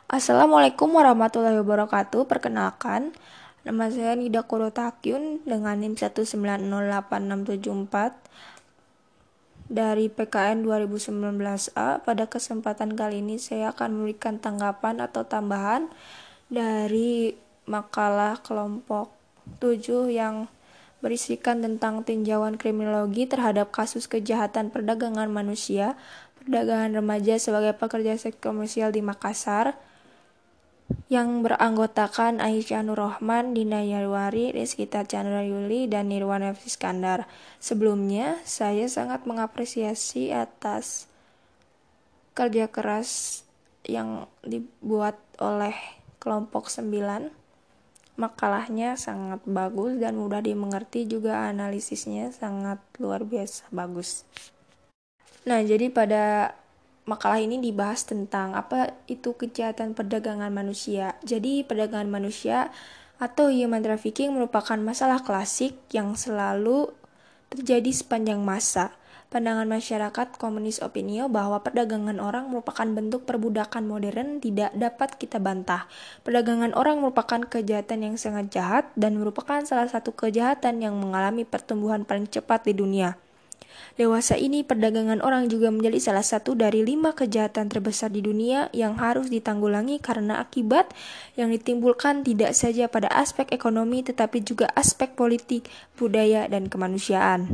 Assalamualaikum warahmatullahi wabarakatuh. Perkenalkan, nama saya Nida Korotakyun dengan NIM 1908674 dari PKN 2019A. Pada kesempatan kali ini saya akan memberikan tanggapan atau tambahan dari makalah kelompok 7 yang berisikan tentang tinjauan kriminologi terhadap kasus kejahatan perdagangan manusia, perdagangan remaja sebagai pekerja seks komersial di Makassar, yang beranggotakan Aisyah Nur Rohman, Dina Yarwari, Rizkita Chandra Yuli, dan Nirwan F. Iskandar. Sebelumnya, saya sangat mengapresiasi atas kerja keras yang dibuat oleh kelompok 9. Makalahnya sangat bagus dan mudah dimengerti, juga analisisnya sangat luar biasa bagus. Nah, jadi pada makalah ini dibahas tentang apa itu kejahatan perdagangan manusia. Jadi perdagangan manusia atau human trafficking merupakan masalah klasik yang selalu terjadi sepanjang masa. Pandangan masyarakat komunis opinio bahwa perdagangan orang merupakan bentuk perbudakan modern tidak dapat kita bantah. Perdagangan orang merupakan kejahatan yang sangat jahat dan merupakan salah satu kejahatan yang mengalami pertumbuhan paling cepat di dunia. Dewasa ini, perdagangan orang juga menjadi salah satu dari 5 kejahatan terbesar di dunia yang harus ditanggulangi karena akibat yang ditimbulkan tidak saja pada aspek ekonomi tetapi juga aspek politik, budaya, dan kemanusiaan.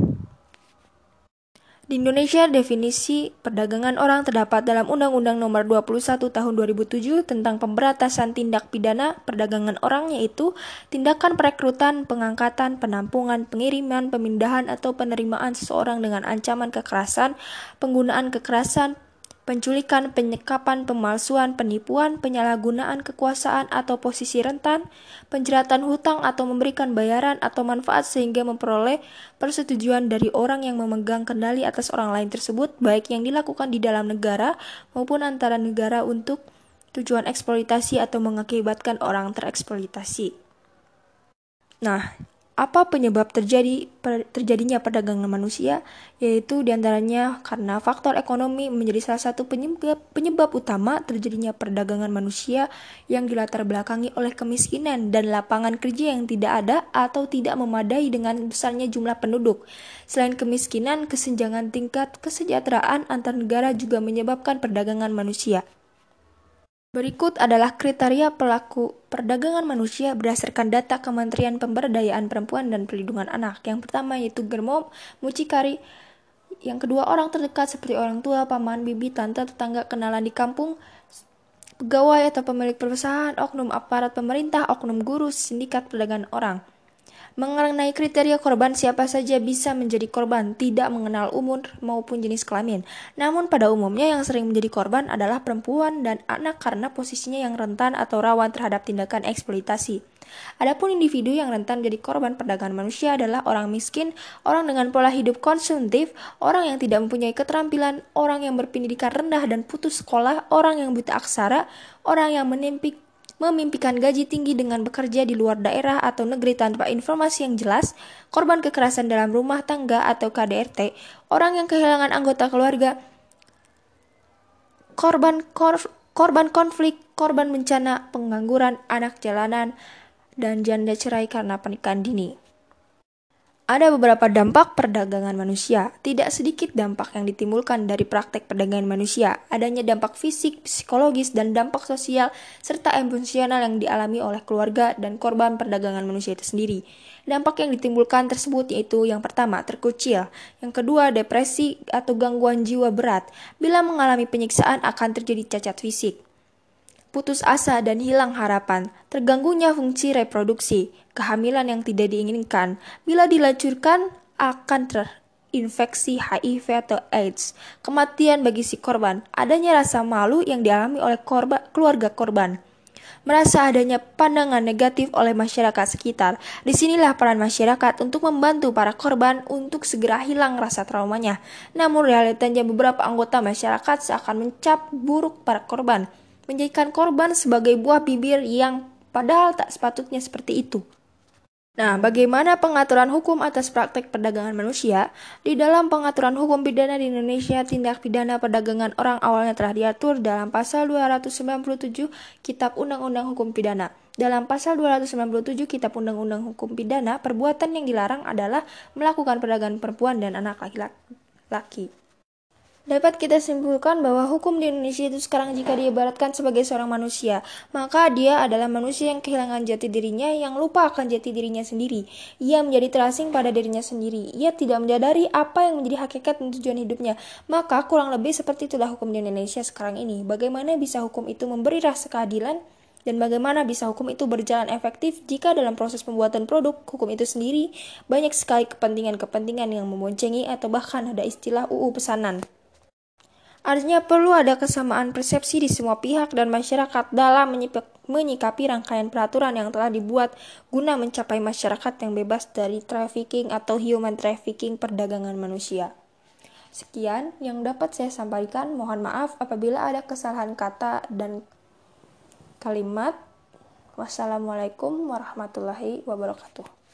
Di Indonesia, definisi perdagangan orang terdapat dalam Undang-Undang Nomor 21 Tahun 2007 tentang Pemberantasan Tindak Pidana Perdagangan Orang, yaitu tindakan perekrutan, pengangkatan, penampungan, pengiriman, pemindahan, atau penerimaan seseorang dengan ancaman kekerasan, penggunaan kekerasan, penculikan, penyekapan, pemalsuan, penipuan, penyalahgunaan kekuasaan atau posisi rentan, penjeratan hutang atau memberikan bayaran atau manfaat sehingga memperoleh persetujuan dari orang yang memegang kendali atas orang lain tersebut, baik yang dilakukan di dalam negara maupun antara negara untuk tujuan eksploitasi atau mengakibatkan orang tereksploitasi. Nah, apa penyebab terjadinya perdagangan manusia? Yaitu diantaranya karena faktor ekonomi menjadi salah satu penyebab utama terjadinya perdagangan manusia yang dilatar belakangi oleh kemiskinan dan lapangan kerja yang tidak ada atau tidak memadai dengan besarnya jumlah penduduk. Selain kemiskinan, kesenjangan tingkat kesejahteraan antar negara juga menyebabkan perdagangan manusia. Berikut adalah kriteria pelaku perdagangan manusia berdasarkan data Kementerian Pemberdayaan Perempuan dan Perlindungan Anak. Yang pertama yaitu germo, mucikari. Yang kedua, orang terdekat seperti orang tua, paman, bibi, tante, tetangga, kenalan di kampung, pegawai atau pemilik perusahaan, oknum aparat pemerintah, oknum guru, sindikat perdagangan orang. Mengenai kriteria korban, siapa saja bisa menjadi korban, tidak mengenal umur maupun jenis kelamin. Namun pada umumnya yang sering menjadi korban adalah perempuan dan anak karena posisinya yang rentan atau rawan terhadap tindakan eksploitasi. Adapun individu yang rentan menjadi korban perdagangan manusia adalah orang miskin, orang dengan pola hidup konsumtif, orang yang tidak mempunyai keterampilan, orang yang berpendidikan rendah dan putus sekolah, orang yang buta aksara, orang yang memimpikan gaji tinggi dengan bekerja di luar daerah atau negeri tanpa informasi yang jelas, korban kekerasan dalam rumah tangga atau KDRT, orang yang kehilangan anggota keluarga, korban konflik, korban bencana, pengangguran, anak jalanan, dan janda cerai karena pernikahan dini. Ada beberapa dampak perdagangan manusia. Tidak sedikit dampak yang ditimbulkan dari praktek perdagangan manusia. Adanya dampak fisik, psikologis, dan dampak sosial, serta emosional yang dialami oleh keluarga dan korban perdagangan manusia itu sendiri. Dampak yang ditimbulkan tersebut yaitu yang pertama, terkucil. Yang kedua, depresi atau gangguan jiwa berat. Bila mengalami penyiksaan akan terjadi cacat fisik. Putus asa dan hilang harapan, terganggunya fungsi reproduksi, kehamilan yang tidak diinginkan, bila dilanjutkan akan terinfeksi HIV atau AIDS, kematian bagi si korban, adanya rasa malu yang dialami oleh keluarga korban, merasa adanya pandangan negatif oleh masyarakat sekitar. Disinilah peran masyarakat untuk membantu para korban untuk segera hilang rasa traumanya. Namun realitanya beberapa anggota masyarakat seakan mencap buruk para korban, menjadikan korban sebagai buah bibir yang padahal tak sepatutnya seperti itu. Nah, bagaimana pengaturan hukum atas praktek perdagangan manusia? Di dalam pengaturan hukum pidana di Indonesia, tindak pidana perdagangan orang awalnya telah diatur dalam pasal 297 Kitab Undang-Undang Hukum Pidana. Dalam pasal 297 Kitab Undang-Undang Hukum Pidana, perbuatan yang dilarang adalah melakukan perdagangan perempuan dan anak laki-laki. Dapat kita simpulkan bahwa hukum di Indonesia itu sekarang jika diibaratkan sebagai seorang manusia, maka dia adalah manusia yang kehilangan jati dirinya, yang lupa akan jati dirinya sendiri. Ia menjadi terasing pada dirinya sendiri. Ia tidak menyadari apa yang menjadi hakikat dan tujuan hidupnya. Maka kurang lebih seperti itulah hukum di Indonesia sekarang ini. Bagaimana bisa hukum itu memberi rasa keadilan? Dan bagaimana bisa hukum itu berjalan efektif jika dalam proses pembuatan produk hukum itu sendiri banyak sekali kepentingan-kepentingan yang memboncengi atau bahkan ada istilah UU pesanan. Artinya perlu ada kesamaan persepsi di semua pihak dan masyarakat dalam menyikapi rangkaian peraturan yang telah dibuat guna mencapai masyarakat yang bebas dari trafficking atau human trafficking perdagangan manusia. Sekian yang dapat saya sampaikan. Mohon maaf apabila ada kesalahan kata dan kalimat. Wassalamualaikum warahmatullahi wabarakatuh.